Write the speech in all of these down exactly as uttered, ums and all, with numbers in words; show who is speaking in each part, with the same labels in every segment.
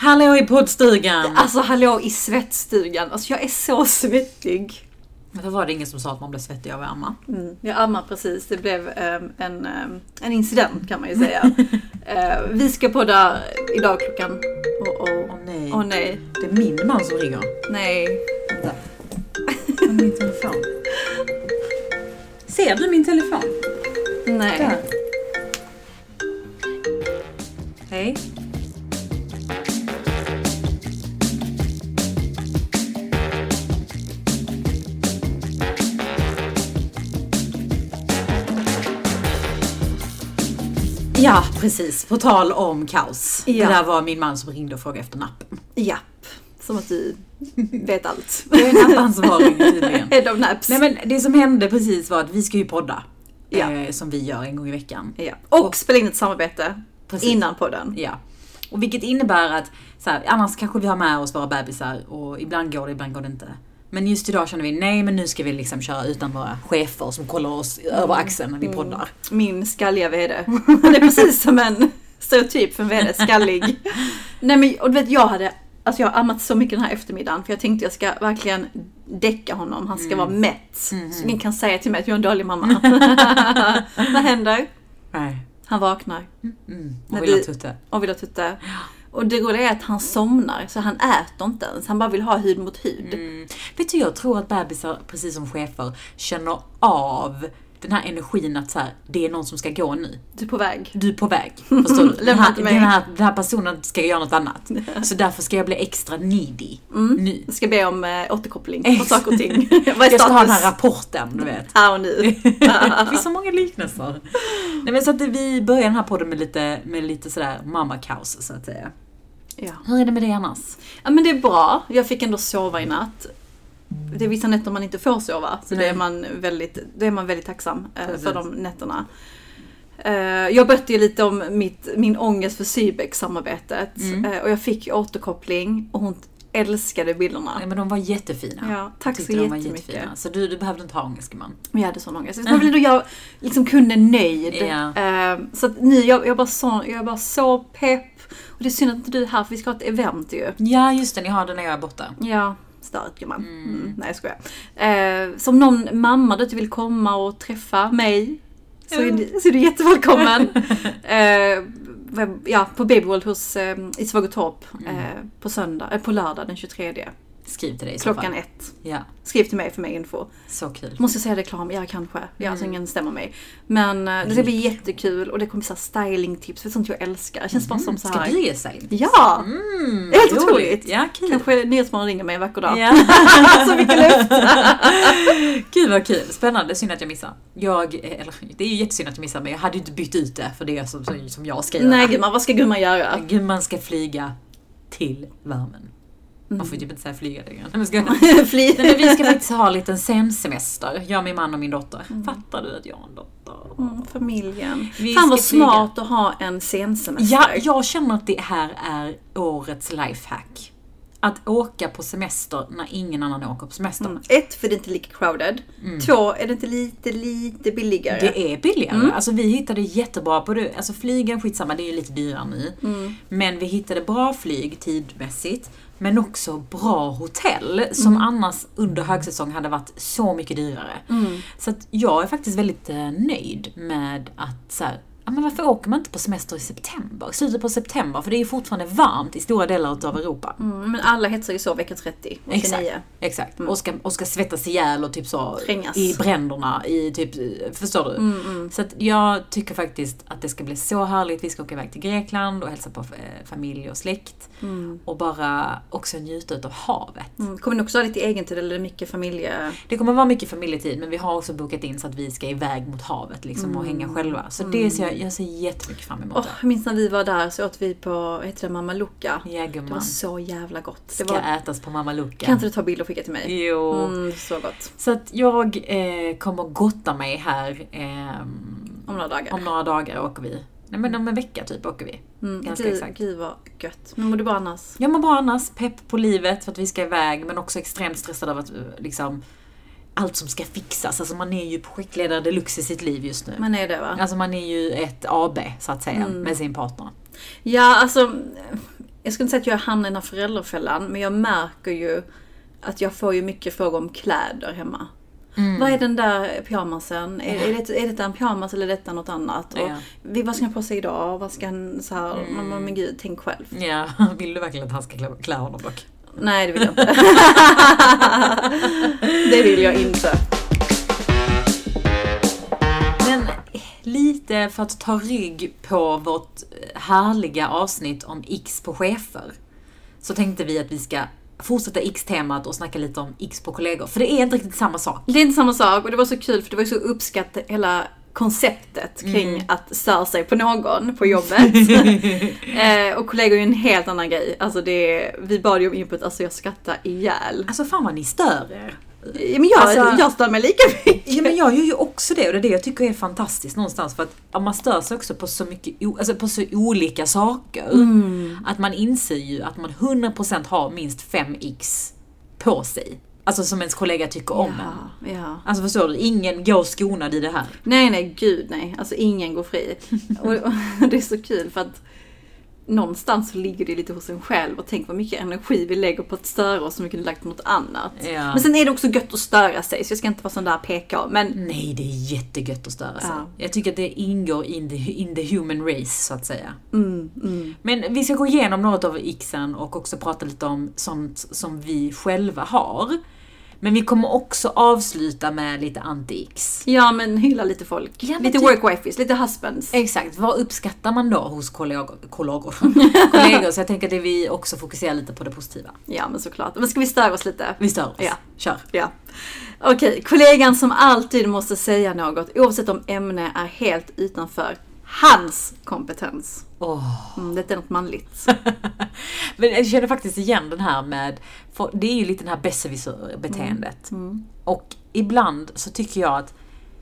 Speaker 1: Hallå i poddstugan.
Speaker 2: Alltså hallå i svettstugan. Alltså jag är så svettig.
Speaker 1: Men då var det ingen som sa att man blev svettig av att amma.
Speaker 2: Mm, jag ammar precis. Det blev um, en, um, en incident kan man ju säga. uh, vi ska podda idag klockan... Åh oh, oh.
Speaker 1: oh, nej.
Speaker 2: Oh, nej.
Speaker 1: Det är min man som ringer.
Speaker 2: Nej.
Speaker 1: Vänta. Min telefon. Ser du min telefon?
Speaker 2: Nej.
Speaker 1: Där. Hej. Ja, precis. På tal om kaos.
Speaker 2: Ja.
Speaker 1: Det där var min man som ringde och frågade efter nappen.
Speaker 2: Japp. Som att du vet allt.
Speaker 1: Det är nappansvarig tydligen.
Speaker 2: Head of naps.
Speaker 1: Nej, men det som hände precis var att vi ska ju podda.
Speaker 2: Ja.
Speaker 1: Eh, som vi gör en gång i veckan.
Speaker 2: Ja. Och,
Speaker 1: Och
Speaker 2: spela in ett samarbete
Speaker 1: precis.
Speaker 2: Innan podden.
Speaker 1: Ja. Och vilket innebär att så här, annars kanske vi har med oss våra bebisar och ibland går det, ibland går det inte. Men just idag känner vi, nej men nu ska vi liksom köra utan våra chefer som kollar oss mm. över axeln när vi
Speaker 2: mm.
Speaker 1: poddar.
Speaker 2: Min skalliga vd. Det är precis som en stereotyp för en vd, skallig. Nej men och du vet jag hade, alltså jag har ammat så mycket den här eftermiddagen för jag tänkte jag ska verkligen däcka honom, han ska mm. vara mätt. Mm. Så ingen kan säga till mig att jag är en dålig mamma. Vad händer?
Speaker 1: Nej.
Speaker 2: Han vaknar.
Speaker 1: Mm. Och vill ha tutte.
Speaker 2: Och vill ha tutte. Och det roliga är att han somnar, så han äter inte ens. Han bara vill ha hud mot hud.
Speaker 1: Mm. Vet du, jag tror att bebisar, precis som chefer, känner av den här energin att så här, det är någon som ska gå nu.
Speaker 2: Du är på väg.
Speaker 1: Du är på väg. Förstår du? Den här,
Speaker 2: den,
Speaker 1: här, den här personen ska göra något annat. Så därför ska jag bli extra needy
Speaker 2: mm.
Speaker 1: nu.
Speaker 2: Jag ska be om äh, återkoppling på saker och ting.
Speaker 1: Vad är jag ska ha den här rapporten, du vet.
Speaker 2: Här och nu.
Speaker 1: Det finns så många liknelser. Nej, men så att vi börjar den här podden med lite, med lite sådär mamma-kaos, så att säga.
Speaker 2: Ja.
Speaker 1: Hur är det med det annars?
Speaker 2: Ja, men det är bra. Jag fick ändå sova i natt. Det är vissa nätter man inte får sova. Så det är man väldigt, det är man väldigt tacksam eh, för de nätterna. Eh, jag berättade ju lite om mitt, min ångest för Sybex-samarbetet. Mm. Eh, och jag fick ju återkoppling. Och hon älskade bilderna.
Speaker 1: Ja, men de var jättefina.
Speaker 2: Ja, tack så
Speaker 1: de var
Speaker 2: jättemycket.
Speaker 1: Så du, du behövde inte ha ångest, gumman.
Speaker 2: Men jag hade sån ångest. Jag blev då jag liksom kunde nöjd.
Speaker 1: Ja.
Speaker 2: Eh, så att nu, jag, jag, bara så, jag bara så pepp. Och det är synd att inte du är här, för vi ska ha ett event ju.
Speaker 1: Ja, just det. Ni har det när jag är borta.
Speaker 2: Ja, stört gumman. Mm. Mm, nej, jag skojar. Eh, som någon mamma du vill komma och träffa mig, så är du, så är du jättevälkommen. eh, ja, på Baby World hos, eh, i Svågertorp mm. eh, på söndag, eh, på lördag den tjugotredje.
Speaker 1: Skriv till dig i så
Speaker 2: Klockan
Speaker 1: fall.
Speaker 2: ett.
Speaker 1: Ja.
Speaker 2: Skriv till mig för mig info.
Speaker 1: Så kul.
Speaker 2: Måste jag säga reklam? Ja, kanske. Ja, alltså ingen stämmer mig. Men uh, det ska bli jättekul. Och det kommer bli stylingtips. För sånt jag älskar. Det känns mm. bara som så här.
Speaker 1: Ska du ge styling?
Speaker 2: Ja!
Speaker 1: Mm,
Speaker 2: det är helt otroligt.
Speaker 1: Ja, kul.
Speaker 2: Kanske Nyhetsmorgon ringer mig en vacker dag.
Speaker 1: Ja.
Speaker 2: Så mycket luft.
Speaker 1: Gud vad kul. Spännande. Synd att jag missar. Jag, eller, det är ju jättesynd att jag missar. Men jag hade ju inte bytt ut det för det som, som jag ska göra.
Speaker 2: Nej, gumman. Vad ska gumman göra?
Speaker 1: Gumman ska flyga till värmen. Man får ju typ inte säga flyga det. Men ska...
Speaker 2: Fly.
Speaker 1: Men vi ska faktiskt ha en liten sensemester. Jag, min man och min dotter. Mm. Fattar du att jag har en dotter?
Speaker 2: Mm, familjen.
Speaker 1: Vi
Speaker 2: Fan vad
Speaker 1: flyga.
Speaker 2: smart att ha en sensemester.
Speaker 1: Ja, jag känner att det här är årets lifehack. Att åka på semester när ingen annan åker på semester.
Speaker 2: Mm. Ett, för det är inte lika crowded. Mm. Två, är det inte lite, lite billigare?
Speaker 1: Det är billigare. Mm. Alltså vi hittade jättebra på det. Alltså flygen, skitsamma, det är ju lite dyrare nu. Mm. Men vi hittade bra flyg tidmässigt. Men också bra hotell som mm. annars under högsäsong hade varit så mycket dyrare. Mm. Så att jag är faktiskt väldigt eh, nöjd med att så här, ja, men varför åker man inte på semester i september? Slutet på september, för det är ju fortfarande varmt i stora delar av Europa.
Speaker 2: Mm, men alla hetsar ju så vecka trettio och
Speaker 1: exakt, exakt. Mm. Och, ska, och ska svettas ihjäl och typ så
Speaker 2: Trängas.
Speaker 1: I bränderna, i typ, förstår du? Mm, mm. Så att jag tycker faktiskt att det ska bli så härligt. Vi ska åka iväg till Grekland och hälsa på eh, familj och släkt. Mm. Och bara också njuta av havet.
Speaker 2: Mm. Kommer ni också ha lite egentid eller mycket familje?
Speaker 1: Det kommer vara mycket familjetid, men vi har också bokat in så att vi ska iväg mot havet liksom, mm. och hänga själva. Så det ser jag, jag ser jättemycket fram emot.
Speaker 2: Oh, jag minns när vi var där så åt vi på, vad heter det, Mamma Luca.
Speaker 1: Ja,
Speaker 2: det var så jävla gott. Det
Speaker 1: ska
Speaker 2: var...
Speaker 1: ätas på Mamma Luca.
Speaker 2: Kan inte du ta bild och skicka till mig?
Speaker 1: Jo.
Speaker 2: Mm, så gott.
Speaker 1: Så att jag eh, kommer gotta mig här. Eh,
Speaker 2: om några dagar.
Speaker 1: Om några dagar åker vi. Nej, men om en vecka typ åker vi.
Speaker 2: Mm, Ganska gud, exakt. Gud vad gött. Men mår du bra annars?
Speaker 1: Jag mår bra annars. Pepp på livet för att vi ska iväg. Men också extremt stressad av att liksom allt som ska fixas. Alltså man är ju projektledare deluxe i sitt liv just nu.
Speaker 2: Man är det, va?
Speaker 1: Alltså man är ju ett A B så att säga, mm. med sin partner.
Speaker 2: Ja, alltså jag skulle inte säga att jag hamnar i den här föräldrafällan, men jag märker ju att jag får ju mycket frågor om kläder hemma. Mm. Vad är den där pyjamasen? Är, är, det, är detta en pyjamas eller är detta något annat? Och, ja. Vad ska han på sig idag? Vad ska han så här? Mm. Men, men gud, tänk själv.
Speaker 1: Ja, vill du verkligen att han ska klä, klä honom dock?
Speaker 2: Nej, det vill jag inte. Det vill jag inte.
Speaker 1: Men lite för att ta rygg på vårt härliga avsnitt om X på chefer, så tänkte vi att vi ska fortsätta X-temat och snacka lite om X på kollegor. För det är inte riktigt samma sak.
Speaker 2: Det är inte samma sak, och det var så kul för det var så uppskattat hela konceptet kring mm. att störa sig på någon på jobbet. eh, och kollegor är ju en helt annan grej. Alltså det, vi bad ju om input, alltså jag skrattar ihjäl.
Speaker 1: Alltså fan vad ni stör er.
Speaker 2: Ja, men jag, alltså, jag stör mig lika mycket.
Speaker 1: Ja, men jag gör ju också det, och det är det jag tycker är fantastiskt någonstans, för att man stör sig också på så mycket, alltså på så olika saker. Mm. Att man inser ju att man hundra procent har minst fem x på sig. Alltså som ens kollega tycker om
Speaker 2: ja,
Speaker 1: en.
Speaker 2: Ja.
Speaker 1: Alltså förstår du, ingen går skonad i det här.
Speaker 2: Nej, nej, gud nej. Alltså ingen går fri. och, och det är så kul för att någonstans så ligger det lite hos en själv och tänk vad mycket energi vi lägger på att störa oss så mycket vi lagt på något annat. Ja. Men sen är det också gött att störa sig, så jag ska inte vara sån där peka. Men...
Speaker 1: Nej, det är jättegött att störa sig.
Speaker 2: Ja.
Speaker 1: Jag tycker att det ingår in the, in the human race, så att säga.
Speaker 2: Mm, mm.
Speaker 1: Men vi ska gå igenom något av Xen och också prata lite om sånt som vi själva har. Men vi kommer också avsluta med lite anti-X.
Speaker 2: Ja, men hylla lite folk. Ja, lite typ... workwifes, lite husbands.
Speaker 1: Exakt. Vad uppskattar man då hos kollegor? kollegor? kollegor? Så jag tänker att vi också fokuserar lite på det positiva.
Speaker 2: Ja, men såklart. Men ska vi störa oss lite?
Speaker 1: Vi stör oss.
Speaker 2: Ja.
Speaker 1: Kör.
Speaker 2: Ja. Okej, okay. Kollegan som alltid måste säga något, oavsett om ämne är helt utanför hans kompetens.
Speaker 1: Oh.
Speaker 2: Mm, det är något manligt.
Speaker 1: Men jag känner faktiskt igen den här med, för det är ju lite den här besserwisser-beteendet. Mm. Mm. Och ibland så tycker jag att,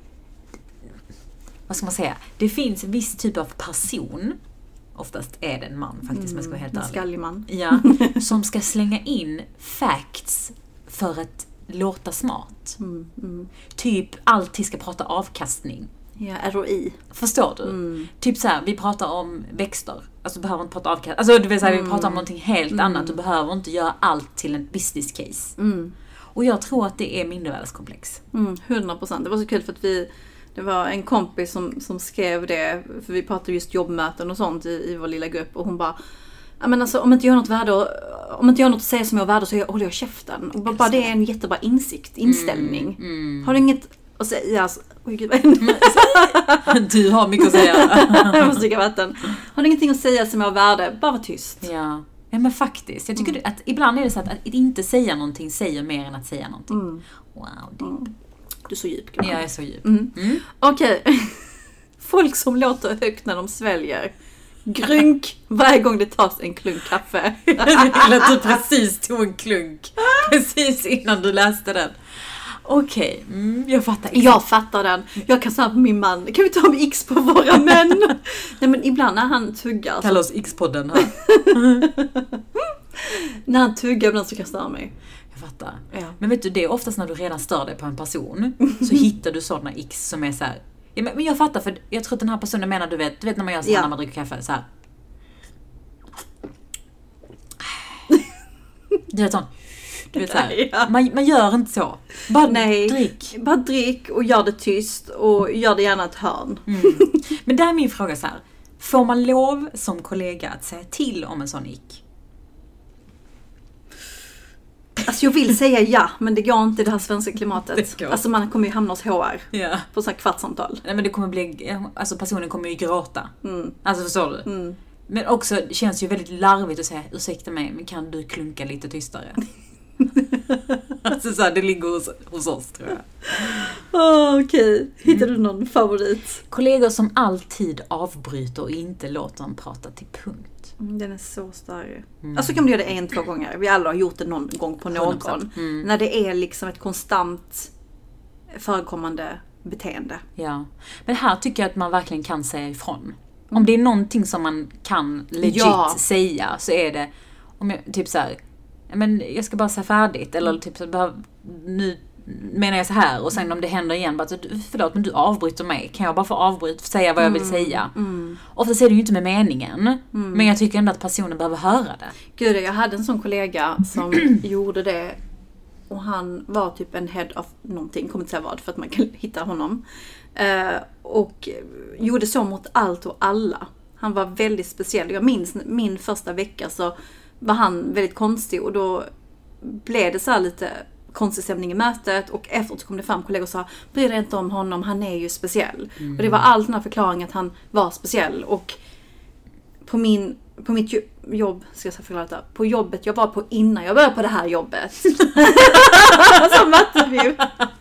Speaker 1: vad ska man säga, det finns en viss typ av person, oftast är det en man faktiskt, mm. men ska vara helt ärlig.
Speaker 2: En skallig man.
Speaker 1: Ja, som ska slänga in facts för att låta smart.
Speaker 2: Mm. Mm.
Speaker 1: Typ alltid ska prata avkastning.
Speaker 2: Ja, R O I.
Speaker 1: Förstår du? Mm. Typ så här, vi pratar om växter. Alltså du behöver inte prata avkast. Alltså du vill säga, mm. vi pratar om någonting helt mm. annat. Du behöver inte göra allt till en business case.
Speaker 2: Mm.
Speaker 1: Och jag tror att det är mindervärdeskomplex.
Speaker 2: Mm, hundra procent. Det var så kul för att vi, det var en kompis som, som skrev det, för vi pratade just jobbmöten och sånt i, i vår lilla grupp, och hon bara, ja men alltså om inte jag har något värde, om inte jag har något att säga som jag har värde, så jag, håller jag käften. Och bara, bara det är en jättebra insikt, inställning.
Speaker 1: Mm. Mm.
Speaker 2: Har du inget att säga? Alltså, oj gud, vad händer?
Speaker 1: Du har mycket att säga.
Speaker 2: Jag måste dricka vatten. Har du ingenting att säga som jag har värde? Bara var tyst.
Speaker 1: Ja. Ja, men faktiskt. Jag tycker mm. att ibland är det så att, att inte säga någonting säger mer än att säga någonting.
Speaker 2: Mm.
Speaker 1: Wow, det...
Speaker 2: mm. Du är så djup.
Speaker 1: Ja, jag är så djup.
Speaker 2: Mm. Mm. Okej. Okay. Folk som låter högt när de sväljer. Grunk varje gång det tas en klunk kaffe.
Speaker 1: Jag vill att du precis tog en klunk. Precis innan du läste den. Okej, okay. mm, jag fattar.
Speaker 2: X. Jag fattar den. Jag kan säga på min man, kan vi ta med X på våra män? Nej, men ibland när han tuggar.
Speaker 1: Kalla oss X-podden här.
Speaker 2: När han tuggar ibland så kan jag störa mig.
Speaker 1: Jag fattar.
Speaker 2: Ja.
Speaker 1: Men vet du, det är oftast när du redan stör dig på en person så hittar du sådana X som är så här. Ja, men jag fattar, för jag tror att den här personen menar, du vet, du vet när man gör så här, ja. När man dricker kaffe så här. Du vet sån. Du vet så här, ja. man, man gör inte så. Bara
Speaker 2: Nej,
Speaker 1: drick.
Speaker 2: Bara drick och gör det tyst och gör det gärna ett hörn.
Speaker 1: Mm. Men där är min fråga så här. Får man lov som kollega att säga till om en sån ick?
Speaker 2: Alltså jag vill säga ja, men det går inte i det här svenska klimatet. Alltså man kommer ju hamna hos H R
Speaker 1: ja.
Speaker 2: På sådana kvartssamtal.
Speaker 1: Nej, men det kommer bli, alltså personen kommer ju gråta.
Speaker 2: Mm.
Speaker 1: Alltså förstår du?
Speaker 2: Mm.
Speaker 1: Men också, det känns ju väldigt larvigt att säga, ursäkta mig, men kan du klunka lite tystare? Alltså så här, det ligger hos, hos oss, tror jag.
Speaker 2: Oh, okej, okay. Hittar du någon favorit?
Speaker 1: Kollegor som alltid avbryter och inte låter dem prata till punkt.
Speaker 2: Mm, den är så stark. Mm. Alltså kan man göra det en, två gånger. Vi alla har gjort det någon gång på någon. Mm. När det är liksom ett konstant förekommande beteende.
Speaker 1: Ja, men här tycker jag att man verkligen kan säga ifrån. Om det är någonting som man kan legit ja. säga, så är det om jag, typ så här, men jag ska bara säga färdigt, eller typ så här, nu menar jag så här. Och sen om det händer igen, bara att förlåt men du avbryter mig. Kan jag bara få avbryta, säga vad jag vill säga?
Speaker 2: Mm.
Speaker 1: Ofta är det ju inte med meningen.
Speaker 2: Mm.
Speaker 1: Men jag tycker ändå att personen behöver höra det.
Speaker 2: Gud, jag hade en sån kollega som gjorde det. Och han var typ en head of någonting, kommer inte säga vad för att man kan hitta honom. Eh, och gjorde så mot allt och alla. Han var väldigt speciell. Jag minns min första vecka så var han väldigt konstig och då blev det så här lite konstig stämning i mötet och efteråt så kom det fram kollegor och sa bry dig inte om honom, han är ju speciell. Mm. Och det var allt den här förklaringen att han var speciell och på min på mitt jobb, ska jag säga förklara, på jobbet jag var på innan jag började på det här jobbet. Som matteview.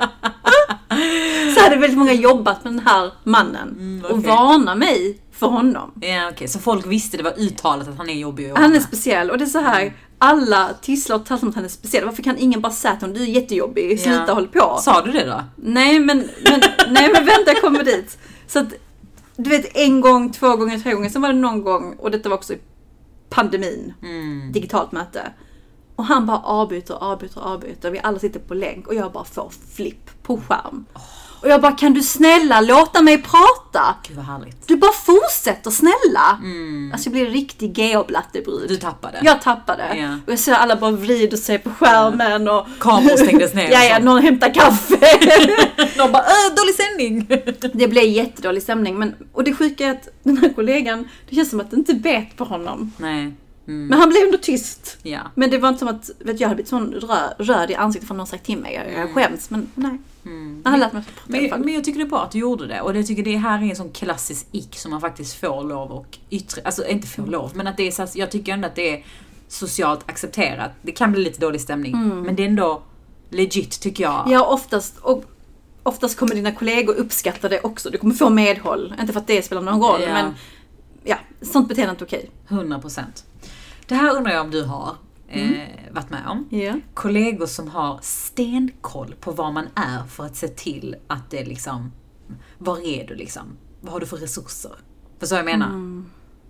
Speaker 2: Så hade väldigt många jobbat med den här mannen mm, okay. och varna mig för honom.
Speaker 1: Ja, okej. Okay. Så folk visste det var uttalat att han är jobbig.
Speaker 2: Han är speciell och det är så här, mm. alla tisslar och tassar om att han är speciell. Varför kan ingen bara säga att du är jättejobbig, sluta ja. håll på.
Speaker 1: Sa du det då?
Speaker 2: Nej, men, men, nej, men vänta, jag kommer dit. Så att, du vet, en gång, två gånger, tre gånger, sen var det någon gång, och detta var också pandemin, mm. digitalt möte. Och han bara avbyter, avbyter, avbyter. Vi alla sitter på länk och jag bara får flipp på skärm. Oh. Och jag bara, kan du snälla låta mig prata?
Speaker 1: Gud vad härligt.
Speaker 2: Du bara fortsätter, snälla.
Speaker 1: Mm.
Speaker 2: Alltså jag blir en riktig geoblattebrud.
Speaker 1: Du tappade.
Speaker 2: Jag tappade.
Speaker 1: Yeah.
Speaker 2: Och jag ser alla bara vrider sig på skärmen. Och
Speaker 1: kameror stängdes ner.
Speaker 2: ja, ja, någon hämtar kaffe.
Speaker 1: Någon bara, äh, dålig stämning.
Speaker 2: Det blev jättedålig stämning. Men, och det sjuka är att den här kollegan, det känns som att det inte bet på honom.
Speaker 1: Nej. Mm.
Speaker 2: Men han blev ändå tyst.
Speaker 1: Ja.
Speaker 2: Men det var inte som att, vet jag hade blivit sån röd, röd i ansiktet från någon sagt till mig. Jag, jag skäms, men nej.
Speaker 1: Mm.
Speaker 2: Jag har lärt mig att
Speaker 1: men, men jag tycker det är bra att du gjorde det. Och jag tycker det här är en sån klassisk ick som man faktiskt får lov och yttre. Alltså inte får lov, men att det är så, jag tycker ändå att det är socialt accepterat. Det kan bli lite dålig stämning. Mm. Men det är ändå legit tycker jag.
Speaker 2: Ja, oftast. Och oftast kommer dina kollegor uppskatta det också. Du kommer få medhåll. Inte för att det spelar någon roll, ja. men ja, sånt beteende är inte okej.
Speaker 1: hundra procent. Det här undrar jag om du har mm. eh, varit med om.
Speaker 2: Yeah.
Speaker 1: Kollegor som har stenkoll på vad man är för att se till att det liksom, var är du liksom? Vad har du för resurser? Förstår jag menar? Mm.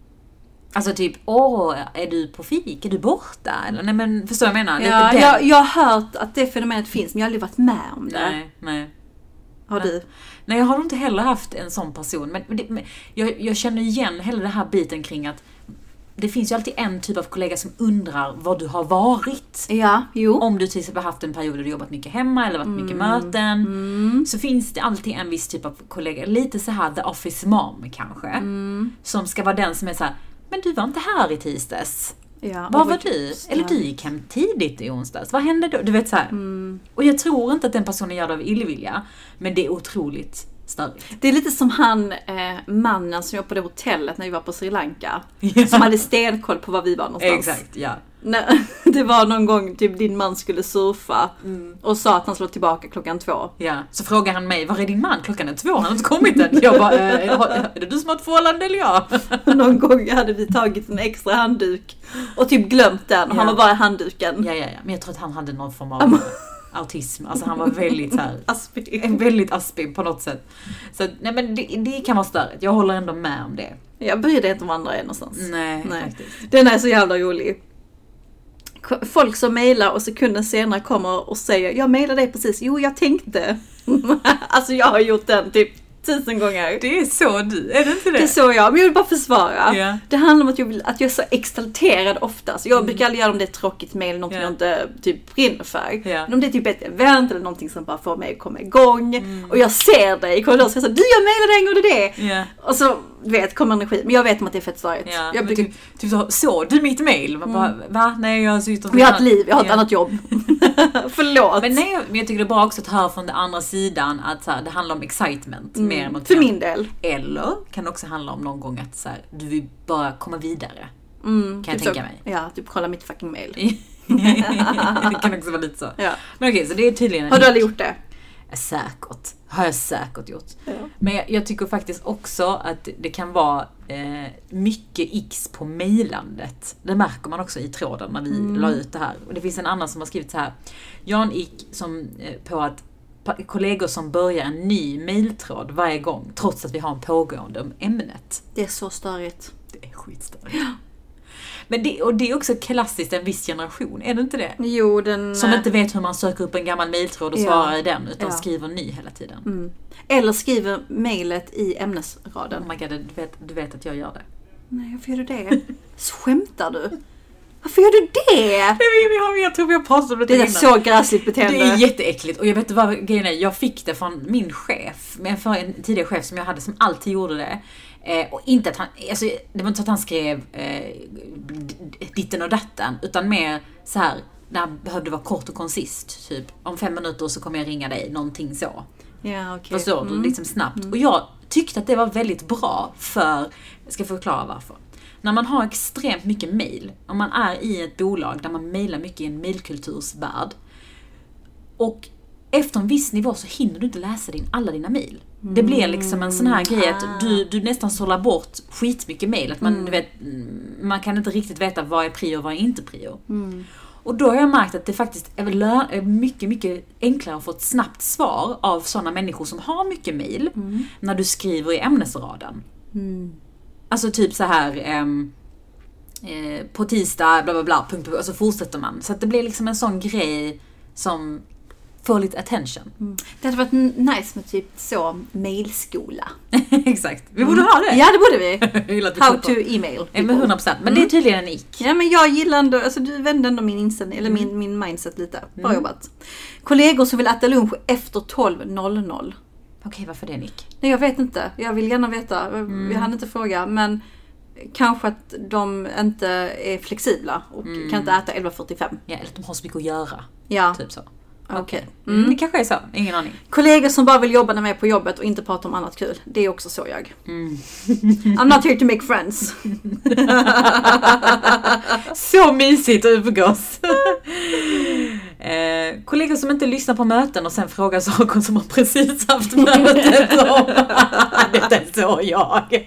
Speaker 1: Alltså typ, åh, är du på fik? Är du borta? Eller, nej men, förstår jag menar?
Speaker 2: Ja, jag, jag har hört att det fenomenet finns, men jag har aldrig varit med om det.
Speaker 1: Nej, nej.
Speaker 2: Har du?
Speaker 1: Nej, jag har inte heller haft en sån person. Men, men, det, men jag, jag känner igen hela den här biten kring att det finns ju alltid en typ av kollega som undrar vad du har varit.
Speaker 2: Ja, jo.
Speaker 1: Om du till exempel haft en period där du jobbat mycket hemma eller varit mm. mycket möten.
Speaker 2: Mm.
Speaker 1: Så finns det alltid en viss typ av kollega, lite så här the office mom kanske.
Speaker 2: Mm.
Speaker 1: Som ska vara den som är så här, men du var inte här i tisdags.
Speaker 2: Ja,
Speaker 1: vad var du? Eller du gick hem tidigt i onsdags. Vad hände då? Du vet så här.
Speaker 2: Mm.
Speaker 1: Och jag tror inte att den personen gör det av illvilja. Men det är otroligt störigt.
Speaker 2: Det är lite som han, eh, mannen som jobbade på det hotellet när vi var på Sri Lanka. Ja. Som hade stenkoll på var vi var någonstans.
Speaker 1: Exakt, ja.
Speaker 2: Nej, det var någon gång typ din man skulle surfa
Speaker 1: mm.
Speaker 2: och sa att han skulle tillbaka klockan två.
Speaker 1: Ja, så frågar han mig, var är din man? Klockan är två, han har inte kommit än. Jag bara, äh, är det du som har ett förhållande eller jag?
Speaker 2: Någon gång hade vi tagit en extra handduk och typ glömt den och ja. han var bara i handduken.
Speaker 1: Ja, ja, ja, men jag tror att han hade någon form av autism. Alltså han var väldigt så här,
Speaker 2: aspig.
Speaker 1: väldigt aspig på något sätt. Så nej men det, det kan vara störigt. Jag håller ändå med om det.
Speaker 2: Jag bryr dig inte om andra är någonstans.
Speaker 1: Nej, nej. Faktiskt.
Speaker 2: Den är så jävla rolig. Folk som mejlar och sekunden senare kommer och säger, jag mejlade dig precis. Jo, jag tänkte. Alltså jag har gjort den typ tusen gånger.
Speaker 1: Det är så du, är det inte det?
Speaker 2: Det är så jag, men jag vill bara försvara.
Speaker 1: Yeah.
Speaker 2: Det handlar om att jag, vill, att jag är så exalterad oftast. Jag mm. brukar aldrig göra om det är ett tråkigt mejl, någonting yeah. jag inte typ brinner för.
Speaker 1: Yeah.
Speaker 2: Men om det är typ ett event eller någonting som bara får mig att komma igång. Mm. Och jag ser dig i korridoren och säger så, du jag mejlade en gång och det.
Speaker 1: Yeah.
Speaker 2: Och så vet, kommer energi. Men jag vet om att det är fett störigt.
Speaker 1: Yeah.
Speaker 2: Jag brukar...
Speaker 1: typ, typ så, så, du mitt mejl. Man bara, mm. va? Nej, jag har så
Speaker 2: Vi har ett liv, jag har ett yeah. annat jobb. Förlåt.
Speaker 1: Men nej, men jag tycker det är bra också att höra från den andra sidan att så här, det handlar om excitement.
Speaker 2: Mm.
Speaker 1: Mer än något
Speaker 2: för
Speaker 1: annat.
Speaker 2: min del.
Speaker 1: Eller kan det också handla om någon gång att så här, du vill bara komma vidare.
Speaker 2: Mm,
Speaker 1: kan jag
Speaker 2: typ
Speaker 1: tänka
Speaker 2: så,
Speaker 1: mig.
Speaker 2: Ja, typ kolla mitt fucking mail.
Speaker 1: Det kan också vara lite så.
Speaker 2: Ja.
Speaker 1: Men okej, så det är tydligen...
Speaker 2: Har du aldrig gjort det?
Speaker 1: Säkert. Har jag säkert gjort.
Speaker 2: Ja.
Speaker 1: Men jag, jag tycker faktiskt också att det kan vara eh, mycket x på mejlandet. Det märker man också i tråden när vi mm. la ut det här. Och det finns en annan som har skrivit så här. Jan ick som eh, på att kollegor som börjar en ny mejltråd varje gång trots att vi har en pågående om ämnet.
Speaker 2: Det är så störigt.
Speaker 1: Det är skitstörigt.
Speaker 2: Ja.
Speaker 1: Men det, och det är också klassiskt en viss generation, är det inte det?
Speaker 2: Jo, den...
Speaker 1: Som inte vet hur man söker upp en gammal mejltråd och
Speaker 2: Ja.
Speaker 1: svarar i den, utan
Speaker 2: Ja.
Speaker 1: skriver ny hela tiden.
Speaker 2: Mm. Eller skriver mejlet i ämnesraden.
Speaker 1: Oh my god, du vet, du vet att jag gör det.
Speaker 2: Nej, varför gör du det? Så skämtar du? Varför gör du det?
Speaker 1: Jag, jag tror vi har pratat om det
Speaker 2: Det är
Speaker 1: innan.
Speaker 2: så gräsligt beteende.
Speaker 1: Det är jätteäckligt. Och jag vet inte vad grejen är. Jag fick det från min chef. Men för en tidigare chef som jag hade som alltid gjorde det. Eh, och inte att han, alltså, det var inte så att han skrev eh, ditten och datten. Utan mer så här, när han behövde vara kort och konsist. Typ, om fem minuter så kommer jag ringa dig. Någonting så.
Speaker 2: Ja, okej.
Speaker 1: Förstår du?
Speaker 2: Mm.
Speaker 1: Liksom snabbt. Och jag tyckte att det var väldigt bra för, jag ska förklara varför. När man har extremt mycket mejl, om man är i ett bolag där man mejlar mycket i en mejlkultursvärld, och efter en viss nivå så hinner du inte läsa din, alla dina mejl. Det blir liksom en sån här grej att du, du nästan sållar bort skitmycket mejl. Att man,
Speaker 2: Mm.
Speaker 1: du vet, man kan inte riktigt veta vad är prio och vad är inte prio.
Speaker 2: Mm.
Speaker 1: Och då har jag märkt att det faktiskt är väl lö- är mycket, mycket enklare att få ett snabbt svar av sådana människor som har mycket mejl
Speaker 2: Mm.
Speaker 1: när du skriver i ämnesraden.
Speaker 2: Mm.
Speaker 1: Alltså typ så här ehm, eh, på tisdag, bla bla bla, punkt, punkt, och så fortsätter man. Så att det blir liksom en sån grej som får lite attention.
Speaker 2: Mm. Det hade varit n- nice med typ så mailskola.
Speaker 1: Exakt. Vi borde ha det.
Speaker 2: Ja, det borde vi.
Speaker 1: Jag gillar att vi
Speaker 2: How
Speaker 1: pratar
Speaker 2: to
Speaker 1: om-
Speaker 2: email.
Speaker 1: Ja, men hundra procent. Men det är tydligen en ick.
Speaker 2: Ja, men jag gillar ändå, alltså du vände ändå min inställning, eller min, min mindset lite. Bra jobbat. Kollegor som vill äta lunch efter tolv noll noll.
Speaker 1: Okej, varför det är en ick?
Speaker 2: Nej, jag vet inte. Jag vill gärna veta. Mm. Jag hann inte fråga, men kanske att de inte är flexibla och kan inte äta elva fyrtiofem.
Speaker 1: Ja, eller att de har så mycket att göra.
Speaker 2: Ja,
Speaker 1: Typ så.
Speaker 2: okej.
Speaker 1: Mm. Det kanske är så. Ingen aning.
Speaker 2: Kollegor som bara vill jobba när de är på jobbet och inte prata om annat kul. Det är också så jag.
Speaker 1: Mm.
Speaker 2: I'm not here to make friends.
Speaker 1: Så mysigt att umgås. eh, kollegor som inte lyssnar på möten och sen frågar saker som har precis haft mötet om. Det är så jag.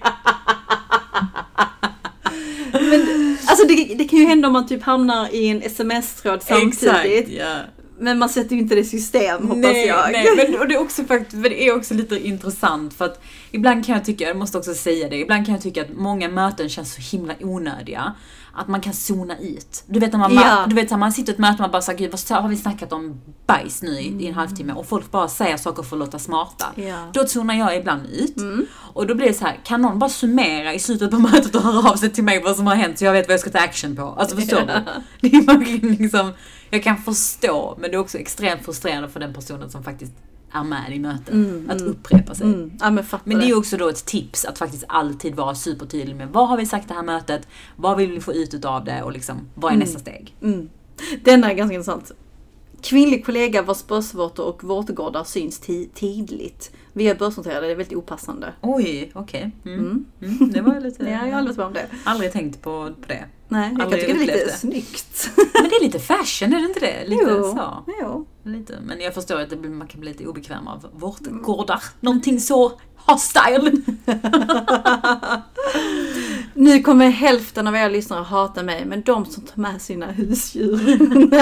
Speaker 2: Men, alltså det, det kan ju hända om man typ hamnar i en sms-tråd samtidigt.
Speaker 1: Exakt, ja.
Speaker 2: Men man sätter ju inte det i system, hoppas
Speaker 1: nej,
Speaker 2: jag.
Speaker 1: Nej, men och det, är också faktiskt, för det är också lite intressant för att ibland kan jag tycka, jag måste också säga det, ibland kan jag tycka att många möten känns så himla onödiga. Att man kan zona ut. Du vet när man,
Speaker 2: Ja.
Speaker 1: du vet, när man sitter i ett möte och man bara säger, gud vad har vi snackat om bajs nu i, i en halvtimme och folk bara säger saker för att låta smarta.
Speaker 2: Ja.
Speaker 1: Då zonar jag ibland ut.
Speaker 2: Mm.
Speaker 1: Och då blir det så här, kan någon bara summera i slutet på mötet och höra av sig till mig vad som har hänt så jag vet vad jag ska ta action på. Alltså förstår du? Det är verkligen liksom, jag kan förstå, men det är också extremt frustrerande för den personen som faktiskt är med i mötet.
Speaker 2: Mm,
Speaker 1: att
Speaker 2: mm.
Speaker 1: upprepa sig.
Speaker 2: Mm. Ja, men fattar
Speaker 1: Men det är
Speaker 2: det.
Speaker 1: ju också då ett tips att faktiskt alltid vara supertydlig med vad har vi sagt det här mötet, vad vill vi få ut utav det och liksom, vad är
Speaker 2: Mm.
Speaker 1: nästa steg?
Speaker 2: Mm. Denna är ganska intressant. Kvinnlig kollega vars börsvårtor och vårtgårdar syns ti- tidligt. Vi är börsnoterade, det är väldigt opassande.
Speaker 1: Oj, okej. Okay. Mm.
Speaker 2: Mm.
Speaker 1: Mm. Det var lite...
Speaker 2: Ja, jag har aldrig varit med om det.
Speaker 1: aldrig tänkt på, på det.
Speaker 2: Nej, jag kan
Speaker 1: Aldrig
Speaker 2: tycka det är lite
Speaker 1: upplevt det.
Speaker 2: snyggt.
Speaker 1: Men det är lite fashion, är det inte det? Lite
Speaker 2: jo,
Speaker 1: så.
Speaker 2: jo.
Speaker 1: Lite. Men jag förstår att det blir, man kan bli lite obekväm av vårtgårdar. Någonting så hostile.
Speaker 2: Nu kommer hälften av era lyssnare hata mig, men de som tar med sina husdjur.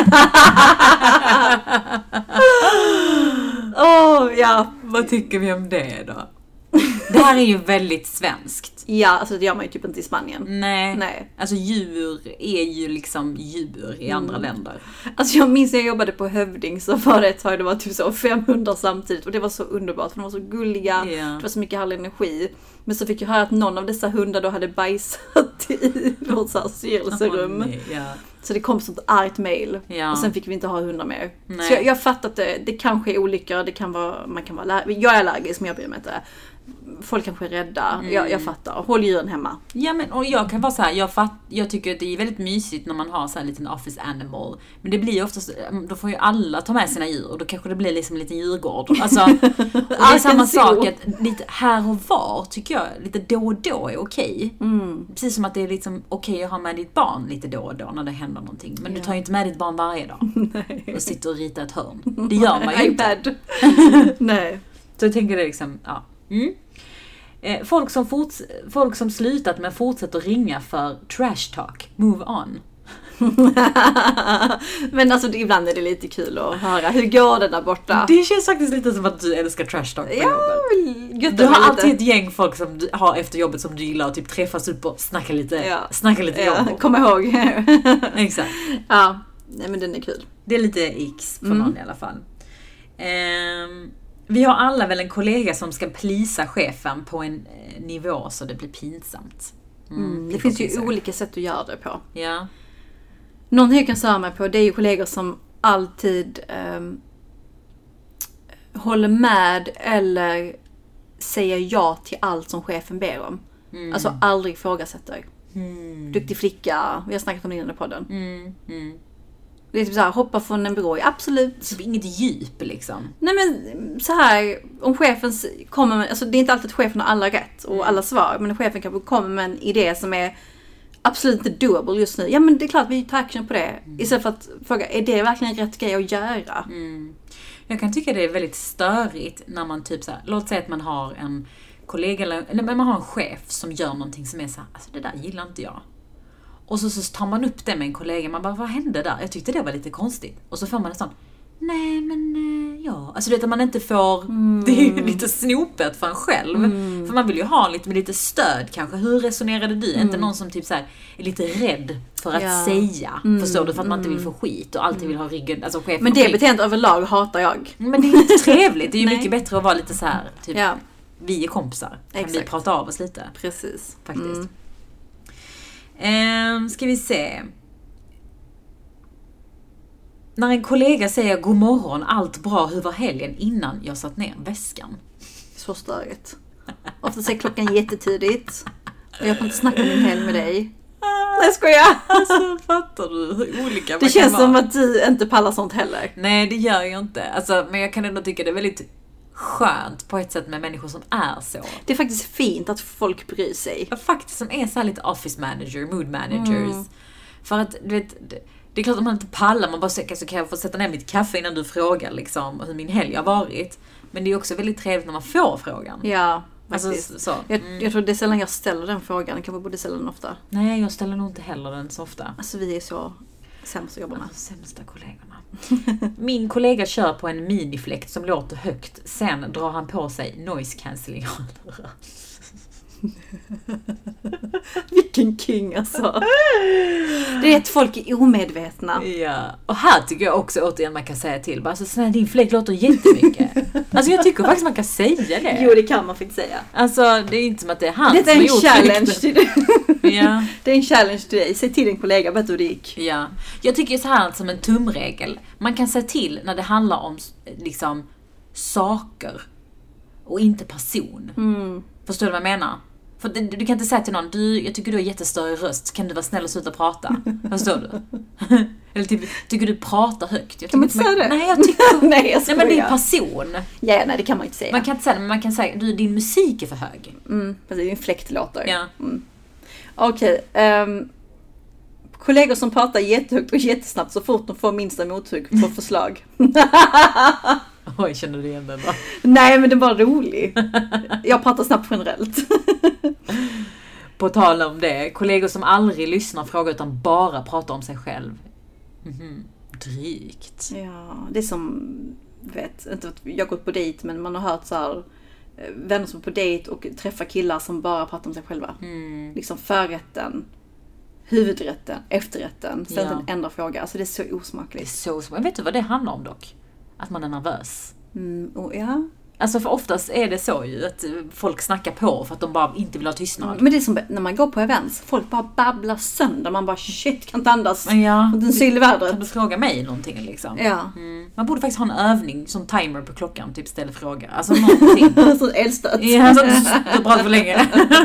Speaker 2: Åh, oh, ja.
Speaker 1: Vad tycker vi om det då? Det här är ju väldigt svenskt.
Speaker 2: Ja, alltså det gör man ju typ inte i Spanien.
Speaker 1: Nej.
Speaker 2: Nej.
Speaker 1: Alltså djur är ju liksom djur i andra
Speaker 2: Mm.
Speaker 1: länder.
Speaker 2: Alltså jag minns när jag jobbade på Hövding så var det ett tag, det var typ så fem hundar samtidigt och det var så underbart för de var så gulliga,
Speaker 1: Ja.
Speaker 2: det var så mycket härlig energi. Men så fick jag höra att någon av dessa hundar då hade bajsat i vårt så här styrelserum.
Speaker 1: Åh, nej, ja.
Speaker 2: Så det kom sånt argt mail
Speaker 1: Ja.
Speaker 2: och sen fick vi inte ha hundar mer.
Speaker 1: Nej.
Speaker 2: Så jag, jag fattar att det, det kanske är olyckor, det kan vara, man kan vara allergisk. Jag är allergisk men jag bryr mig inte. Folk kanske är rädda,
Speaker 1: Mm.
Speaker 2: jag, jag fattar. Håll djuren hemma.
Speaker 1: Ja, men och jag kan vara så här, jag, fatt, jag tycker att det är väldigt mysigt när man har så här en liten office animal. Men det blir ju oftast, då får ju alla ta med sina djur och då kanske det blir liksom en liten djurgård. Alltså, och det är samma sak att lite här och var tycker jag, lite då och då är okej.
Speaker 2: Mm.
Speaker 1: Precis som att det är liksom okej att ha med ditt barn lite då och då när det händer någonting. Men
Speaker 2: Ja.
Speaker 1: du tar ju inte med ditt barn varje dag och sitter och ritar ett hörn. Det gör man ju inte.
Speaker 2: iPad. Nej.
Speaker 1: Så jag tänker det liksom, ja. Mm. Eh, folk, som forts- folk som slutat men fortsätter ringa för trash talk. Move on.
Speaker 2: Men alltså det, ibland är det lite kul att höra. Hur går det där borta?
Speaker 1: Det känns faktiskt lite som att du älskar trash talk på
Speaker 2: Ja,
Speaker 1: jobbet.
Speaker 2: göttar
Speaker 1: Du har
Speaker 2: mig
Speaker 1: alltid
Speaker 2: lite.
Speaker 1: ett gäng folk som du har efter jobbet som du gillar och typ träffas upp och snacka lite,
Speaker 2: Ja.
Speaker 1: snacka lite
Speaker 2: Ja,
Speaker 1: jobb.
Speaker 2: kom ihåg.
Speaker 1: Exakt.
Speaker 2: Ja, nej men den är kul.
Speaker 1: Det är lite x för
Speaker 2: Mm.
Speaker 1: någon i alla fall. Ehm, vi har alla väl en kollega som ska plisa chefen på en eh, nivå så det blir pinsamt.
Speaker 2: Mm,
Speaker 1: vi
Speaker 2: det
Speaker 1: får
Speaker 2: finns ju
Speaker 1: plisa.
Speaker 2: olika sätt att göra det på.
Speaker 1: Ja.
Speaker 2: Någon jag kan säga mig på, det är ju kollegor som alltid ehm, håller med eller säger ja till allt som chefen ber om.
Speaker 1: Mm.
Speaker 2: Alltså aldrig ifrågasätter.
Speaker 1: Mm.
Speaker 2: Duktig flicka, vi har snackat om det innan i podden.
Speaker 1: Mm. Mm.
Speaker 2: Det är typ såhär, hoppa från en byrå, absolut.
Speaker 1: Typ inget djup liksom.
Speaker 2: Nej men så här, om chefen kommer med, alltså det är inte alltid att chefen har alla rätt och alla svar, men chefen kanske kommer med en idé som är absolut inte doable just nu. Ja men det är klart vi tar action på det. Mm. Istället för att fråga, är det verkligen rätt grej att göra?
Speaker 1: Mm. Jag kan tycka det är väldigt störigt när man typ så här, låt säga att man har en kollega eller, eller man har en chef som gör någonting som är så här, alltså det där gillar inte jag. Och så, så tar man upp det med en kollega, man bara, vad hände där? Jag tyckte det var lite konstigt. Och så får man en sån, nej men eh, ja. Alltså det är att man inte får, mm. det är ju lite snopet för en själv. Mm. För man vill ju ha lite, med lite stöd kanske. Hur resonerade du? Mm. Inte någon som typ så här är lite rädd för att ja. säga. Mm. Förstår du? För att man inte vill få skit och alltid vill ha ryggen, alltså chefen.
Speaker 2: Men det beteendet överlag hatar jag.
Speaker 1: Men det är inte trevligt. Det är ju mycket bättre att vara lite så här, typ,
Speaker 2: ja.
Speaker 1: vi är kompisar. Kan
Speaker 2: Exakt.
Speaker 1: vi prata av oss lite?
Speaker 2: Precis.
Speaker 1: Faktiskt.
Speaker 2: Mm.
Speaker 1: Ehm, ska vi se. När en kollega säger god morgon, allt bra, hur var helgen innan jag satt ner väskan?
Speaker 2: Så störigt. Ofta säger klockan jättetidigt. Och jag får inte snacka min helg med dig. Nej, jag skojar.
Speaker 1: Alltså, fattar du hur olika
Speaker 2: det
Speaker 1: man
Speaker 2: känns
Speaker 1: kan
Speaker 2: som
Speaker 1: vara?
Speaker 2: att du inte pallar sånt heller.
Speaker 1: Nej, det gör jag inte. Alltså, men jag kan ändå tycka det är väldigt skönt på ett sätt med människor som är så.
Speaker 2: Det är faktiskt fint att folk bryr sig.
Speaker 1: Ja, faktiskt som är så här lite office manager, mood managers. Mm. För att, du vet, det, det är klart att man inte pallar, man bara säger så kan jag få sätta ner mitt kaffe innan du frågar liksom hur min helg har varit. Men det är också väldigt trevligt när man får frågan.
Speaker 2: Ja,
Speaker 1: alltså,
Speaker 2: faktiskt.
Speaker 1: så. Mm.
Speaker 2: Jag, jag tror det är sällan jag ställer den frågan, jag kanske borde ställa den ofta.
Speaker 1: Nej, jag ställer nog inte heller den så ofta.
Speaker 2: Alltså vi är så sämsta att jobba med.
Speaker 1: Alltså, sämsta kollegorna. Min kollega kör på en minifläkt som låter högt. Sen drar han på sig noise cancelling.
Speaker 2: Vilken king alltså. Det är att folk är omedvetna.
Speaker 1: Ja. Och här tycker jag också återigen man kan säga till. Alltså snälla, din fläkt låter jättemycket. Alltså jag tycker faktiskt man kan säga det.
Speaker 2: Jo, det kan man faktiskt säga.
Speaker 1: Alltså det är inte som att det är han
Speaker 2: det
Speaker 1: som har gjort
Speaker 2: challenge till dig.
Speaker 1: Ja.
Speaker 2: Det är en challenge till dig. Säg till din kollega, vet du hur det gick.
Speaker 1: Ja. Jag tycker så här som en tumregel. Man kan säga till när det handlar om liksom saker och inte person.
Speaker 2: Mm.
Speaker 1: Förstår du vad jag menar? För du, du kan inte säga till någon, du, jag tycker du har jättestörig röst, kan du vara snäll och sluta prata? Förstår du? Eller typ, tycker du pratar högt? Jag
Speaker 2: kan man inte säga det?
Speaker 1: Nej, jag tycker...
Speaker 2: nej, jag
Speaker 1: nej, men det är person.
Speaker 2: Ja, nej, det kan man inte säga.
Speaker 1: Man kan inte säga det, men man kan säga, du, din musik är för hög.
Speaker 2: Mm, precis, din fläkt låter.
Speaker 1: Ja.
Speaker 2: Mm. Okej, okay, um, kollegor som pratar jättehögt och jättesnabbt så fort de får minsta mothugg på förslag.
Speaker 1: Oj, känner du igen den då?
Speaker 2: Nej, men det var rolig. Jag pratar snabbt generellt.
Speaker 1: På tal om det, kollegor som aldrig lyssnar frågar utan bara pratar om sig själv. Mm-hmm. Drygt.
Speaker 2: Ja, det är som, vet, inte att jag har gått på dejt, men man har hört så här vänner som är på dejt och träffar killar som bara pratar om sig själva.
Speaker 1: Mm.
Speaker 2: Liksom förrätten, huvudrätten, efterrätten, sen
Speaker 1: Ja.
Speaker 2: en enda fråga. Alltså det är så osmakligt.
Speaker 1: Det är så osmakligt. Vet du vad det handlar om dock? Att man är nervös.
Speaker 2: Mm, och ja.
Speaker 1: Alltså för oftast är det så ju att folk snackar på för att de bara inte vill ha tystnad.
Speaker 2: Men det är som när man går på events. Folk bara babblar sönder. Man bara shit, kan inte andas.
Speaker 1: Ja.
Speaker 2: Den syl i vädret.
Speaker 1: Kan du fråga mig någonting liksom?
Speaker 2: Ja.
Speaker 1: Mm. Man borde faktiskt ha en övning som timer på klockan, typ ställ frågor. Alltså någonting.
Speaker 2: Så eldstött.
Speaker 1: Ja, så du pratar för länge.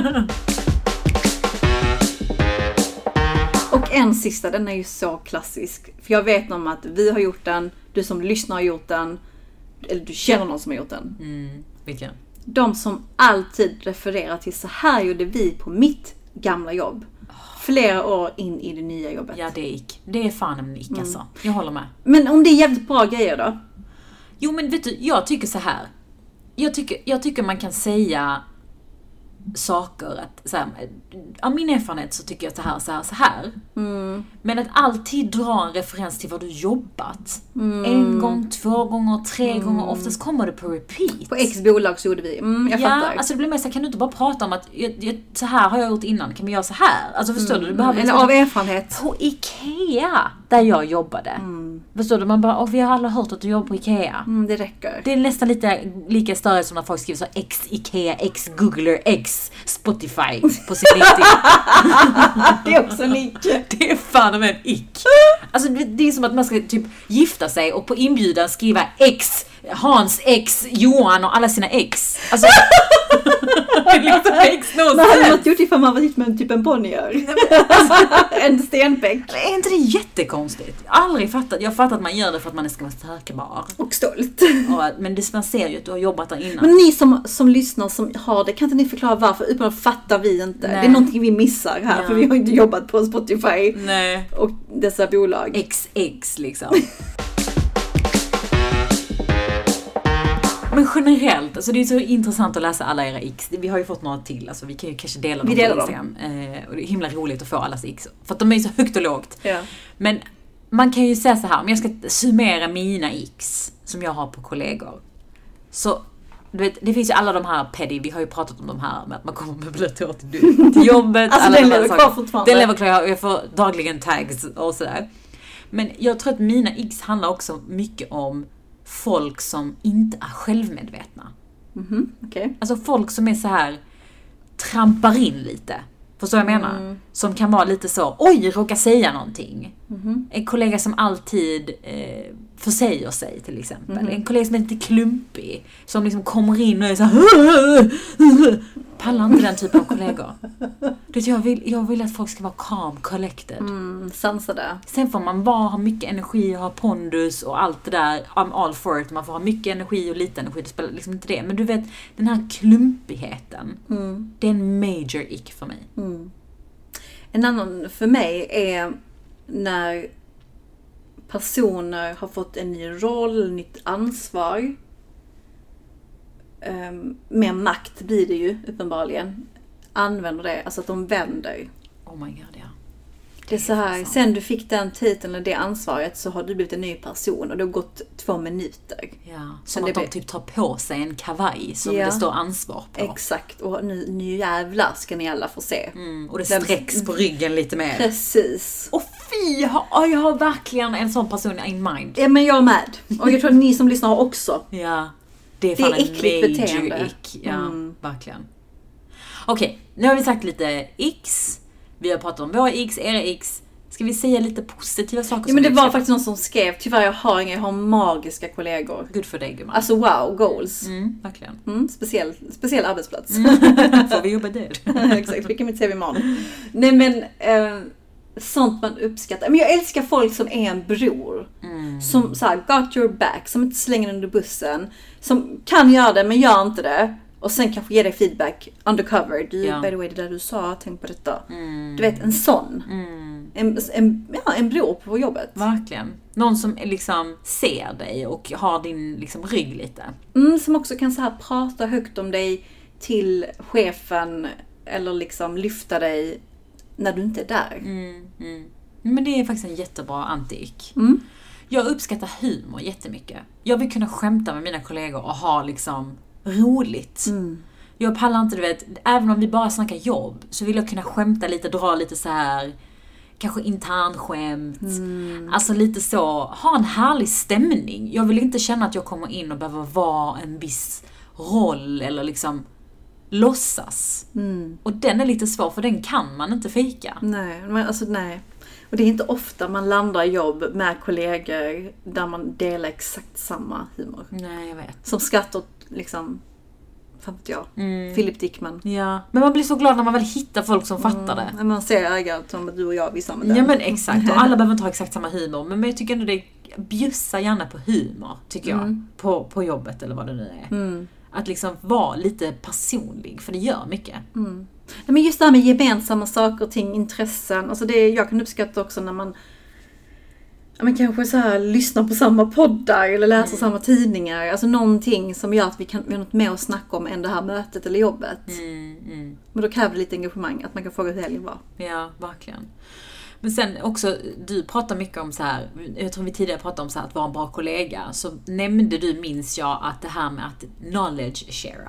Speaker 2: Och en sista, den är ju så klassisk. För jag vet om att vi har gjort den, du som lyssnar har gjort den, eller du känner någon som har gjort den.
Speaker 1: Mm. Vilken?
Speaker 2: De som alltid refererar till så här gjorde vi på mitt gamla jobb. Flera år in i det nya jobbet.
Speaker 1: Ja, det gick. Det är fan en nick alltså. Mm. Jag håller med.
Speaker 2: Men om det är jävligt bra grejer då?
Speaker 1: Jo, men vet du, jag tycker så här. Jag tycker, jag tycker man kan säga saker. Att, så här, av min erfarenhet så tycker jag att det här så här, så här.
Speaker 2: Mm.
Speaker 1: Men att alltid dra en referens till vad du jobbat.
Speaker 2: Mm.
Speaker 1: En gång, två gånger, tre
Speaker 2: Mm.
Speaker 1: gånger. Oftast kommer det på repeat.
Speaker 2: På X bolag så gjorde vi. Mm, jag
Speaker 1: ja,
Speaker 2: fattar.
Speaker 1: alltså det blir mer så här, kan du inte bara prata om att jag, jag, så här har jag gjort innan, kan vi göra så här? Alltså förstår
Speaker 2: Mm.
Speaker 1: du? du behöver
Speaker 2: Eller
Speaker 1: liksom,
Speaker 2: av erfarenhet.
Speaker 1: på Ikea, där jag jobbade.
Speaker 2: Mm.
Speaker 1: Förstår du? Man bara, åh, vi har alla hört att du jobbar på Ikea.
Speaker 2: Mm, det räcker.
Speaker 1: Det är nästan lite lika störigt som när folk skriver så X Ikea, X Googler, X Spotify på sin LinkedIn.
Speaker 2: Det är också en ick.
Speaker 1: Det är fan med en ick. Alltså det, det är som att man ska typ gifta sig och på inbjudan skriva X, Hans, X, Johan och alla sina X. Alltså det är liksom X
Speaker 2: Men hade man gjort ifall man var gift med typ en Bonnier? En Stenbeck.
Speaker 1: Är inte det jättekonstigt? Jag har aldrig fattat. Jag har fattat att man gör det för att man ska vara sökbar.
Speaker 2: Och stolt.
Speaker 1: Och, men det, man ser ju att du har jobbat där innan.
Speaker 2: Men ni som, som lyssnar, som har det, kan inte ni förklara varför? Utan att fattar vi inte.
Speaker 1: Nej.
Speaker 2: Det är någonting vi missar här.
Speaker 1: Ja.
Speaker 2: För vi har inte jobbat på Spotify
Speaker 1: Nej.
Speaker 2: och dessa bolag.
Speaker 1: X X liksom. Men generellt, alltså det är så intressant att läsa alla era X. Vi har ju fått några till, alltså vi kan ju kanske dela dem
Speaker 2: Vi delar
Speaker 1: på Instagram. Eh, och det är himla roligt att få allas X. För att de är så högt och lågt.
Speaker 2: Ja.
Speaker 1: Men man kan ju säga så här, om jag ska summera mina X som jag har på kollegor. Så, du vet, det finns ju alla de här petty, vi har ju pratat om de här med att man kommer med blötår till, till jobbet.
Speaker 2: Alltså
Speaker 1: alla
Speaker 2: den
Speaker 1: de här
Speaker 2: lever
Speaker 1: sakerna.
Speaker 2: kvar fortfarande.
Speaker 1: Den lever kvar, jag får dagligen tags och sådär. Men jag tror att mina X handlar också mycket om folk som inte är självmedvetna.
Speaker 2: Mhm, okej. Okay.
Speaker 1: Alltså folk som är så här trampar in lite. Förstår vad jag menar?
Speaker 2: Mm.
Speaker 1: Som kan vara lite så, oj, råkar säga någonting.
Speaker 2: Mhm.
Speaker 1: En kollega som alltid eh, försäger sig till exempel.
Speaker 2: Mhm.
Speaker 1: En kollega som är lite klumpig. Som liksom kommer in och är så här. Pallar inte den typen av kollegor. Du vet, jag, vill, jag vill att folk ska vara calm, collected.
Speaker 2: Mm, sansade.
Speaker 1: Sen får man bara ha mycket energi och ha pondus och allt det där. I'm all for it. Man får ha mycket energi och lite energi. Det spelar liksom inte det. Men du vet, den här klumpigheten.
Speaker 2: Mm.
Speaker 1: Det är en major ick för mig.
Speaker 2: Mm. En annan för mig är när personer har fått en ny roll, nytt ansvar. Um, mer makt blir det ju uppenbarligen. Använder det, alltså att de vänder.
Speaker 1: Oh my god, ja.
Speaker 2: Det är så här, sen du fick den titeln eller det ansvaret så har du blivit en ny person och det har gått två minuter.
Speaker 1: Ja, som
Speaker 2: Men
Speaker 1: att
Speaker 2: det
Speaker 1: de
Speaker 2: blir-
Speaker 1: typ tar på sig en kavaj som
Speaker 2: Ja.
Speaker 1: det står ansvar på.
Speaker 2: Exakt, och nu, nu jävlar ska ni alla få se.
Speaker 1: Mm, och det
Speaker 2: Den-
Speaker 1: sträcks på ryggen lite mer.
Speaker 2: Precis.
Speaker 1: Och fy, jag har, jag har verkligen en sån person in mind.
Speaker 2: Ja, men jag är med. Och jag tror att ni som lyssnar har också.
Speaker 1: Ja, det är
Speaker 2: Det
Speaker 1: fan
Speaker 2: är
Speaker 1: en
Speaker 2: äckligt
Speaker 1: major
Speaker 2: beteende.
Speaker 1: ick. Ja,
Speaker 2: Mm.
Speaker 1: verkligen. Okej, nu har vi sagt lite X. Vi har pratat om våra X, era X. Ska vi säga lite positiva saker?
Speaker 2: Ja,
Speaker 1: som
Speaker 2: men det
Speaker 1: vi
Speaker 2: var
Speaker 1: uppskattar?
Speaker 2: faktiskt någon som skrev, tyvärr jag har inga, jag har magiska kollegor.
Speaker 1: Good för dig, gumman.
Speaker 2: Alltså wow, goals.
Speaker 1: Mm, verkligen.
Speaker 2: Mm, speciell, speciell arbetsplats.
Speaker 1: Får vi jobba där?
Speaker 2: Exakt, vilken mitt C V imorgon. Nej men, eh, sånt man uppskattar. Men jag älskar folk som är en bror.
Speaker 1: Mm.
Speaker 2: Som så här, got your back, som inte slänger under bussen. Som kan göra det, men gör inte det. Och sen kanske ge dig feedback undercover. Du,
Speaker 1: Ja.
Speaker 2: by the way, det där du sa, tänk på detta.
Speaker 1: Mm.
Speaker 2: Du vet, en sån.
Speaker 1: Mm.
Speaker 2: En, en, ja, en bror på jobbet.
Speaker 1: Verkligen. Någon som liksom ser dig och har din liksom rygg lite.
Speaker 2: Mm, som också kan så här prata högt om dig till chefen. Eller liksom lyfta dig när du inte är där.
Speaker 1: Mm, mm. Men det är faktiskt en jättebra anti-ick.
Speaker 2: Mm.
Speaker 1: Jag uppskattar humor jättemycket. Jag vill kunna skämta med mina kollegor och ha liksom roligt.
Speaker 2: Mm.
Speaker 1: Jag pallar inte, du vet, även om vi bara snackar jobb så vill jag kunna skämta lite, dra lite så här, kanske internskämt.
Speaker 2: Mm.
Speaker 1: Alltså lite så, ha en härlig stämning. Jag vill inte känna att jag kommer in och behöver vara en viss roll eller liksom låtsas.
Speaker 2: Mm.
Speaker 1: Och den är lite svår för den kan man inte fejka.
Speaker 2: Nej, men alltså nej. Och det är inte ofta man landar i jobb med kollegor där man delar exakt samma humor.
Speaker 1: Nej, jag vet.
Speaker 2: Som skrattar åt liksom, fan vet jag,
Speaker 1: Mm.
Speaker 2: Philip Dickman.
Speaker 1: Ja, men man blir så glad när man väl hittar folk som fattar det.
Speaker 2: Mm. Man ser ögat som att du och jag vi samma där.
Speaker 1: Ja men exakt, och alla behöver inte ha exakt samma humor. Men jag tycker ändå det bjussar gärna på humor, tycker jag.
Speaker 2: Mm.
Speaker 1: På, på jobbet eller vad det nu är.
Speaker 2: Mm.
Speaker 1: Att liksom vara lite personlig, för det gör mycket.
Speaker 2: Mm. Nej, men just det här med gemensamma saker och ting, intressen. Alltså det, jag kan uppskatta också när man Ja, men kanske så här lyssna på samma poddar eller läsa mm. samma tidningar. Alltså någonting som gör att vi, kan, vi har något mer att snacka om än det här mötet eller jobbet. Mm, mm. Men då kräver det lite engagemang, att man kan fråga hur helgen var.
Speaker 1: Ja, verkligen. Men sen också, du pratar mycket om så här, jag tror vi tidigare pratade om så här, att vara en bra kollega. Så nämnde du, minns jag, att det här med att knowledge share.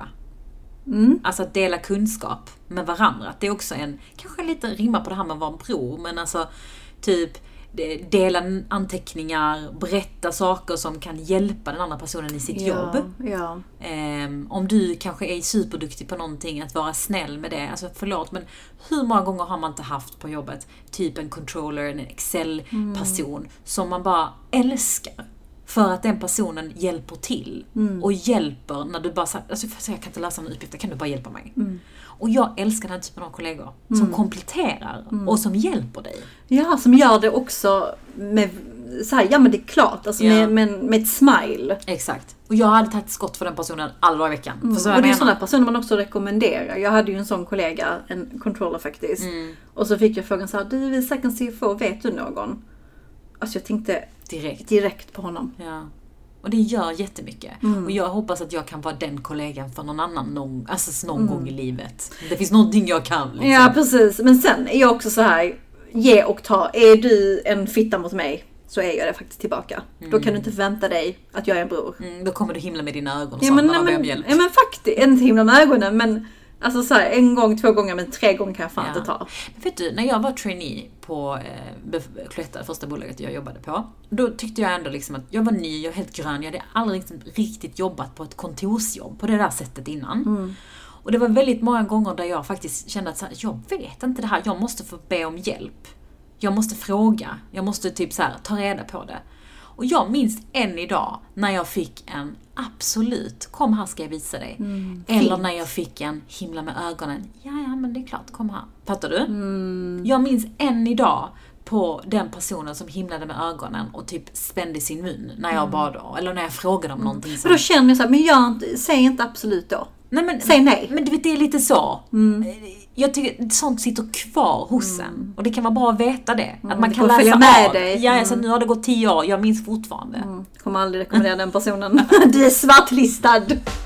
Speaker 1: Mm. Alltså att dela kunskap med varandra. Att det är också en, kanske lite rimmar på det här med att vara en bror, men alltså typ dela anteckningar, berätta saker som kan hjälpa den andra personen i sitt
Speaker 2: ja,
Speaker 1: jobb.
Speaker 2: Ja.
Speaker 1: Um, om du kanske är superduktig på någonting, att vara snäll med det. Alltså förlåt, men hur många gånger har man inte haft på jobbet typ en controller, en Excel-person mm. som man bara älskar för att den personen hjälper till mm. och hjälper när du bara säger, alltså jag kan inte läsa någon uppgift, kan du bara hjälpa mig? Mm. Och jag älskar den typen av kollegor som mm. kompletterar mm. och som hjälper dig.
Speaker 2: Ja, som gör det också med så här, ja men det är klart, alltså ja. med, med, med ett smile.
Speaker 1: Exakt. Och jag hade tagit skott för den personen alla dagar i veckan.
Speaker 2: Mm.
Speaker 1: Så
Speaker 2: och det är sådana personer man också rekommenderar. Jag hade ju en sån kollega, en controller faktiskt. Mm. Och så fick jag frågan så här, du vill säkert C F O, vet du någon? Alltså jag tänkte direkt, direkt på honom.
Speaker 1: Ja. Och det gör jättemycket. Mm. Och jag hoppas att jag kan vara den kollegan för någon annan någon, alltså någon mm. gång i livet. Det finns någonting jag kan. Liksom.
Speaker 2: Ja, precis. Men sen är jag också så här, ge och ta. Är du en fitta mot mig, så är jag det faktiskt tillbaka. Mm. Då kan du inte förvänta dig att jag är en bror.
Speaker 1: Mm, då kommer du himla med dina ögon.
Speaker 2: Ja, men, när man ber om hjälp. Ja, men faktiskt. Inte himla med ögonen, men alltså så här, en gång, två gånger, men tre gånger kan jag fan ja. inte ta.
Speaker 1: Men vet du, när jag var trainee på eh, Cloetta, första bolaget jag jobbade på, då tyckte jag ändå liksom att jag var ny, jag var helt grön, jag hade aldrig liksom riktigt jobbat på ett kontorsjobb på det där sättet innan. Mm. Och det var väldigt många gånger där jag faktiskt kände att så här, jag vet inte det här, jag måste få be om hjälp. Jag måste fråga, jag måste typ så här, ta reda på det. Och jag minns än idag när jag fick en absolut, kom här ska jag visa dig. Mm, Eller när jag fick en himla med ögonen. Ja, ja, men det är klart, kom här. Fattar du? Mm. Jag minns än idag på den personen som himlade med ögonen och typ spände sin mun när jag mm. bad då. Eller när jag frågade om mm. någonting. Som...
Speaker 2: Men då känner jag så här, men jag inte, säg inte absolut då.
Speaker 1: Nej, men,
Speaker 2: säg nej.
Speaker 1: Men du vet, det är lite så. Mm. Jag tycker sånt sitter kvar hos mm. en. Och det kan vara bra att veta det. Mm, att man kan läsa
Speaker 2: med
Speaker 1: av.
Speaker 2: dig.
Speaker 1: Ja, alltså, nu har det gått tio år. Jag minns fortfarande. Mm.
Speaker 2: Kommer aldrig rekommendera den personen. Du är svartlistad.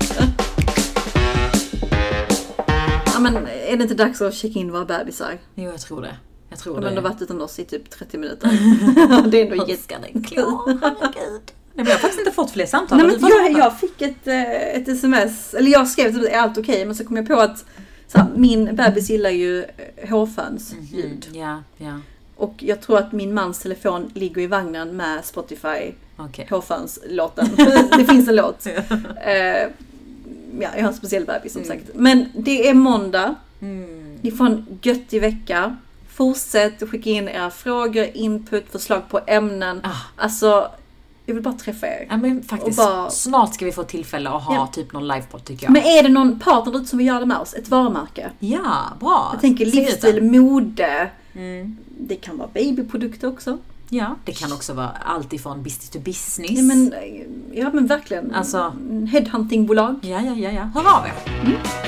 Speaker 2: Ja, men är det inte dags att checka in våra bebisar?
Speaker 1: Jo, jag tror det. Jag tror
Speaker 2: de
Speaker 1: det.
Speaker 2: har ändå varit utan oss i typ trettio minuter. Det är ändå jättekul.
Speaker 1: Herregud. Nej, men jag har faktiskt inte fått fler samtal.
Speaker 2: Nej, men jag, jag fick ett, ett sms. Eller jag skrev att är allt okej. Okay, men så kom jag på att så här, min bebis gillar ju hårföns ljud.
Speaker 1: Mm-hmm. Ja, ja.
Speaker 2: Och jag tror att min mans telefon ligger i vagnen med Spotify.
Speaker 1: Okay.
Speaker 2: Hårföns-låten. Det finns en låt. Ja. Uh, ja, jag har en speciell bebis som mm. sagt. Men det är måndag. Mm. Ni får en göttig vecka. Fortsätt skicka in era frågor, input, förslag på ämnen. Ah. Alltså, jag vill bara träffa er.
Speaker 1: Ja, men faktiskt, bara... snart ska vi få tillfälle att ha ja. typ någon livepodd tycker jag.
Speaker 2: Men är det någon partner som vill göra det med oss? Ett varumärke?
Speaker 1: Ja, bra.
Speaker 2: Jag tänker livsstil, mode. Mm. Det kan vara babyprodukter också.
Speaker 1: Ja, det kan också vara allt ifrån business to business.
Speaker 2: Ja, men, ja, men verkligen.
Speaker 1: Alltså,
Speaker 2: headhuntingbolag.
Speaker 1: Ja, ja, ja, ja. Hör av er. Mm.